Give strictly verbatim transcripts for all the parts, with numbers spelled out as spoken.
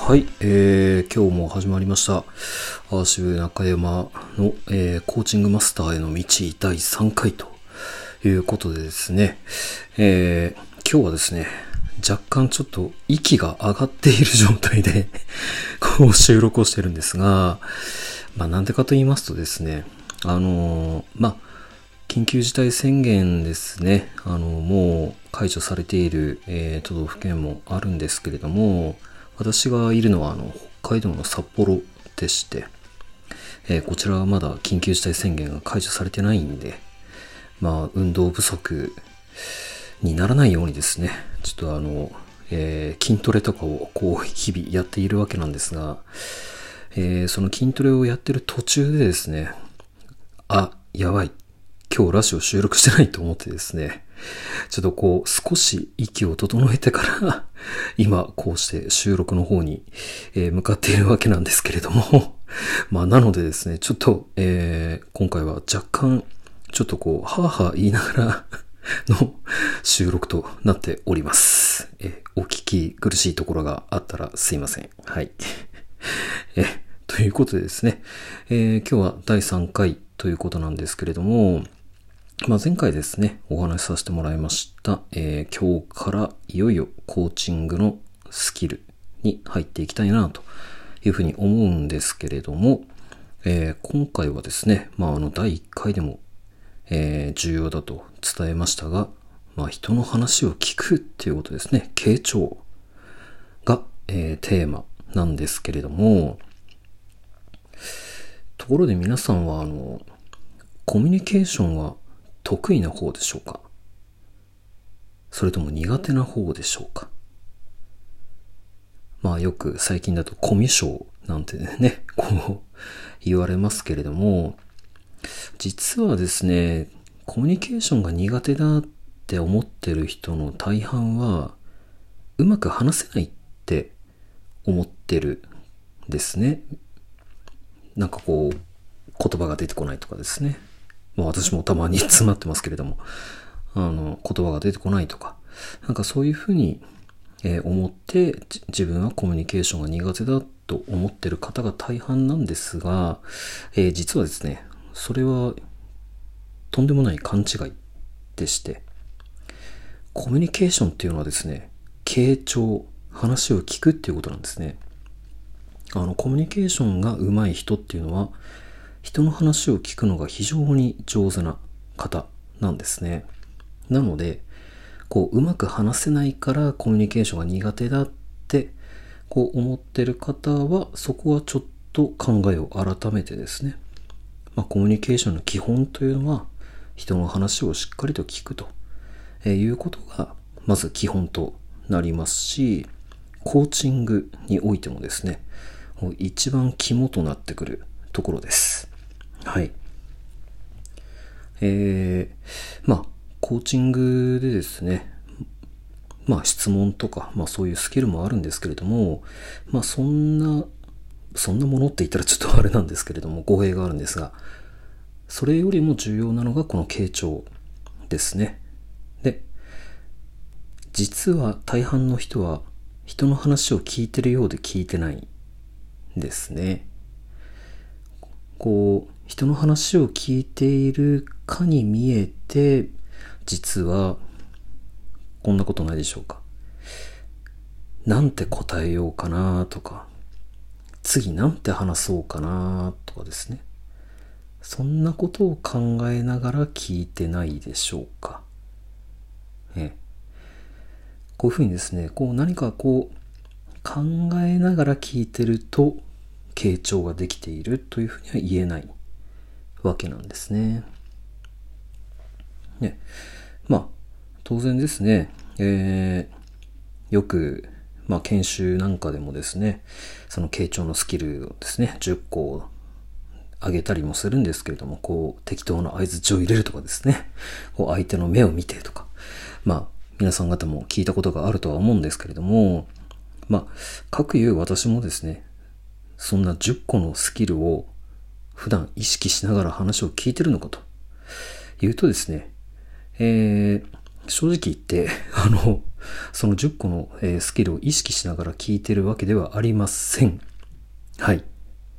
はい、えー、今日も始まりました。アーシブ中山の、えー、コーチングマスターへの道だいさんかいということでですね、えー、今日はですね、若干ちょっと息が上がっている状態でこう収録をしてるんですが、まあなんでかと言いますとですね、あのー、まあ緊急事態宣言ですね、あのもう解除されている、えー、都道府県もあるんですけれども、私がいるのはあの北海道の札幌でして、えー、こちらはまだ緊急事態宣言が解除されてないんで、まあ運動不足にならないようにですね、ちょっとあの、えー、筋トレとかをこう日々やっているわけなんですが、えー、その筋トレをやってる途中でですね、あ、やばい、今日ラジオ収録してないと思ってですね、ちょっとこう少し息を整えてから今こうして収録の方に、えー、向かっているわけなんですけれどもまあなのでですね、ちょっと、えー、今回は若干ちょっとこうはぁはぁ言いながらの収録となっております。えー、お聞き苦しいところがあったらすいません。はい。えということでですね、えー、今日はだいさんかいということなんですけれども、まあ、前回ですね、お話しさせてもらいました、えー、今日からいよいよコーチングのスキルに入っていきたいなというふうに思うんですけれども、えー、今回はですね、まあ、あのだいいっかいでも、えー、重要だと伝えましたが、まあ、人の話を聞くっていうことですね、傾聴が、えー、テーマなんですけれども、ところで皆さんはあのコミュニケーションは得意な方でしょうか、それとも苦手な方でしょうか。まあよく最近だとコミュ障なんてね、こう言われますけれども、実はですね、コミュニケーションが苦手だって思ってる人の大半はうまく話せないって思ってるんですね。なんかこう言葉が出てこないとかですね。まあ私もたまに詰まってますけれども、あの言葉が出てこないとか、なんかそういうふうに、えー、思って自分はコミュニケーションが苦手だと思ってる方が大半なんですが、えー、実はですね、それはとんでもない勘違いでして、コミュニケーションっていうのはですね、傾聴、話を聞くっていうことなんですね。あのコミュニケーションが上手い人っていうのは人の話を聞くのが非常に上手な方なんですね。なのでこううまく話せないからコミュニケーションが苦手だってこう思ってる方は、そこはちょっと考えを改めてですね、まあ、コミュニケーションの基本というのは人の話をしっかりと聞くということがまず基本となりますし、コーチングにおいてもですね、一番肝となってくるところです。はい。えー、まあコーチングでですね、まあ質問とか、まあそういうスキルもあるんですけれども、まあそんな、そんなものって言ったらちょっとあれなんですけれども、語弊があるんですが、それよりも重要なのがこの傾聴ですね。で、実は大半の人は人の話を聞いてるようで聞いてないんですね。こう、人の話を聞いているかに見えて、実はこんなことないでしょうか。なんて答えようかなとか、次なんて話そうかなとかですね。そんなことを考えながら聞いてないでしょうか。えこういうふうにですね、こう何かこう考えながら聞いてると傾聴ができているというふうには言えないわけなんですね。ね、まあ当然ですね、えー、よくまあ研修なんかでもですね、その傾聴のスキルをですねじゅっこあげたりもするんですけれども、こう適当な相槌を入れるとかですね、こう相手の目を見てとか、まあ皆さん方も聞いたことがあるとは思うんですけれども、まあ各いう私もですね、そんなじゅっこのスキルを普段意識しながら話を聞いてるのかというとですね、えー、 正直言って、あの、そのじゅっこの、えースキルを意識しながら聞いてるわけではありません。はい。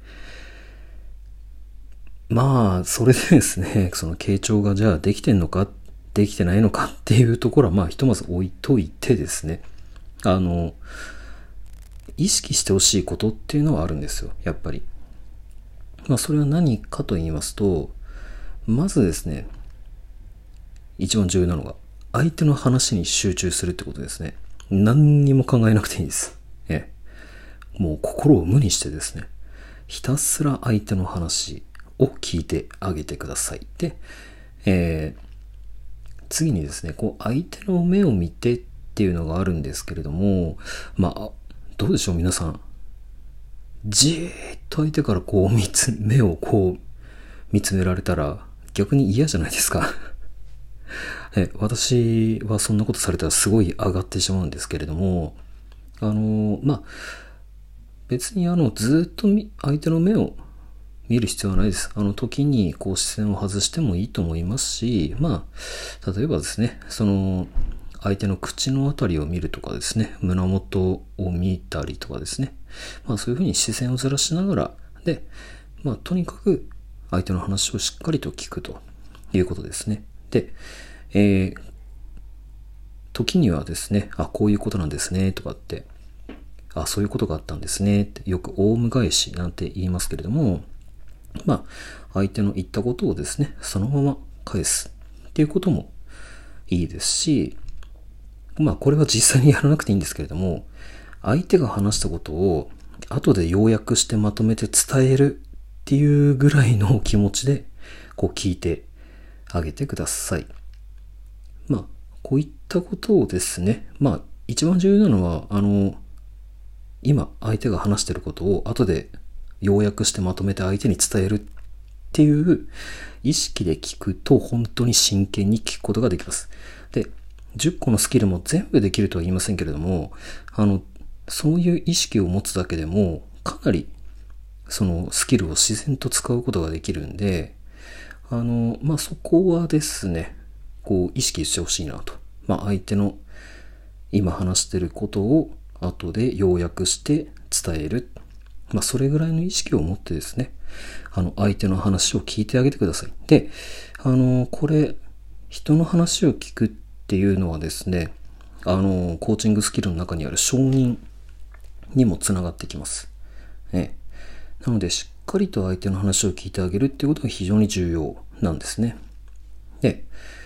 まあ、それでですね、その傾聴がじゃあできてんのか、できてないのかっていうところは、まあ、ひとまず置いといてですね、あの、意識してほしいことっていうのはあるんですよ、やっぱり。まあ、それは何かと言いますと、まずですね、一番重要なのが、相手の話に集中するってことですね。何にも考えなくていいんです。ええ。もう心を無にしてですね、ひたすら相手の話を聞いてあげてください。で、えー次にですね、こう相手の目を見てっていうのがあるんですけれども、まあ、どうでしょう皆さん。じーっと相手からこう見つ、目をこう見つめられたら逆に嫌じゃないですか。え私はそんなことされたらすごい上がってしまうんですけれども、あの、まあ、別にあの、ずっと相手の目を見る必要はないです。あの時にこう視線を外してもいいと思いますし、まあ、例えばですね、その相手の口のあたりを見るとかですね、胸元を見たりとかですね、まあそういうふうに視線をずらしながら、で、まあとにかく相手の話をしっかりと聞くということですね。で、えー、時にはですね、あ、こういうことなんですね、とかって、あ、そういうことがあったんですね、ってよくオウム返しなんて言いますけれども、まあ、相手の言ったことをですね、そのまま返すっていうこともいいですし、まあ、これは実際にやらなくていいんですけれども、相手が話したことを後で要約してまとめて伝えるっていうぐらいの気持ちで、こう聞いてあげてください。まあ、こういったことをですね、まあ、一番重要なのは、あの、今相手が話していることを後で要約してまとめて相手に伝えるっていう意識で聞くと本当に真剣に聞くことができます。で、じゅっこのスキルも全部できるとは言いませんけれども、あの、そういう意識を持つだけでもかなりそのスキルを自然と使うことができるんで、あの、まあ、そこはですね、こう意識してほしいなと。まあ、相手の今話してることを後で要約して伝える。まあ、それぐらいの意識を持ってですね、あの、相手の話を聞いてあげてください。で、あの、これ、人の話を聞くっていうのはですね、あの、コーチングスキルの中にある承認にもつながってきます。ええ。なので、しっかりと相手の話を聞いてあげるっていうことが非常に重要なんですね。で、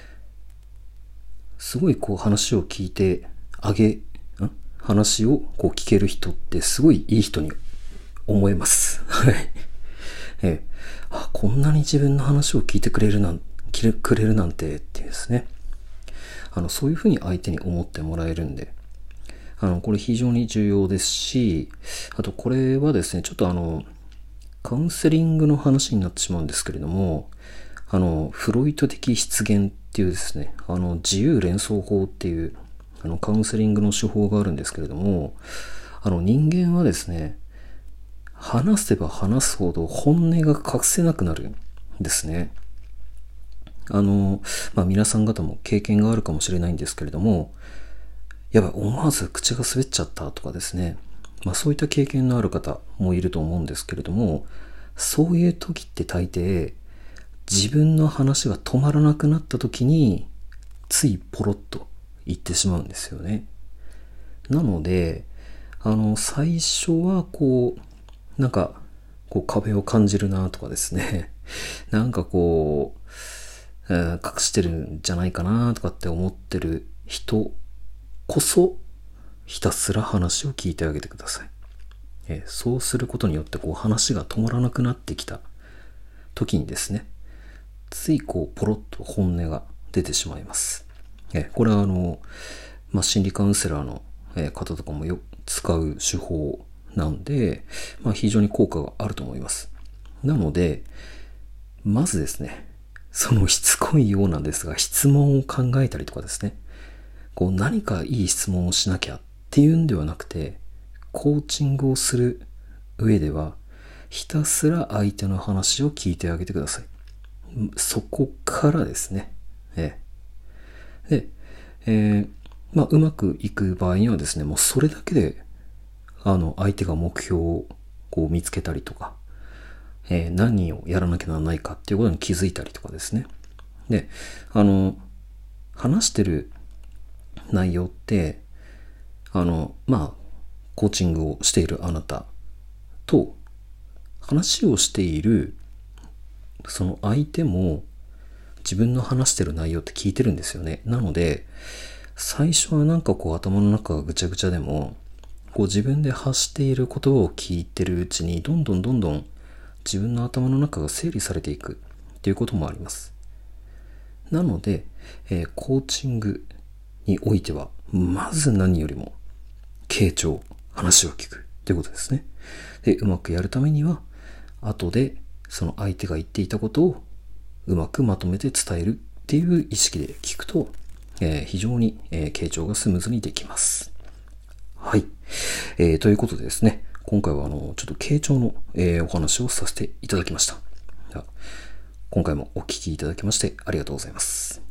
すごいこう話を聞いてあげ、ん話をこう聞ける人ってすごいいい人に思えます。はい。ええ、あ、こんなに自分の話を聞いてくれるなん、くれるなんてっていうですね。あの、そういうふうに相手に思ってもらえるんで、あの、これ非常に重要ですし、あとこれはですね、ちょっとあの、カウンセリングの話になってしまうんですけれども、あの、フロイト的出現っていうですね、あの、自由連想法っていう、あの、カウンセリングの手法があるんですけれども、あの、人間はですね、話せば話すほど本音が隠せなくなるんですね。あの、まあ、皆さん方も経験があるかもしれないんですけれども、やばい、思わず口が滑っちゃったとかですね。まあ、そういった経験のある方もいると思うんですけれども、そういう時って大抵、自分の話が止まらなくなった時に、ついポロッと言ってしまうんですよね。なので、あの、最初はこう、なんか、こう壁を感じるなとかですね。なんかこう、えー隠してるんじゃないかなとかって思ってる人こそ、ひたすら話を聞いてあげてください。えーそうすることによってこう話が止まらなくなってきた時にですね、ついこうポロッと本音が出てしまいます。えーこれはあの、まあ、心理カウンセラーの方とかもよ使う手法なんで、まあ、非常に効果があると思います。なので、まずですね、そのしつこいようなんですが、質問を考えたりとかですね、こう何かいい質問をしなきゃっていうんではなくて、コーチングをする上では、ひたすら相手の話を聞いてあげてください。そこからですね。ええ、で、 えー、まあ、うまくいく場合にはですね、もうそれだけで、あの、相手が目標をこう見つけたりとか、えー、何をやらなきゃならないかっていうことに気づいたりとかですね。で、あの、話してる内容って、あの、まあ、コーチングをしているあなたと、話をしている、その相手も、自分の話してる内容って聞いてるんですよね。なので、最初はなんかこう頭の中がぐちゃぐちゃでも、こう自分で発していることを聞いてるうちに、どんどんどんどん自分の頭の中が整理されていくっていうこともあります。なので、えー、コーチングにおいては、まず何よりも、傾聴、話を聞くということですね。で、うまくやるためには、後でその相手が言っていたことをうまくまとめて伝えるっていう意識で聞くと、えー、非常に、えー、傾聴がスムーズにできます。はい。えー、ということでですね、今回はあの、ちょっと傾聴の、えー、お話をさせていただきました。今回もお聞きいただきましてありがとうございます。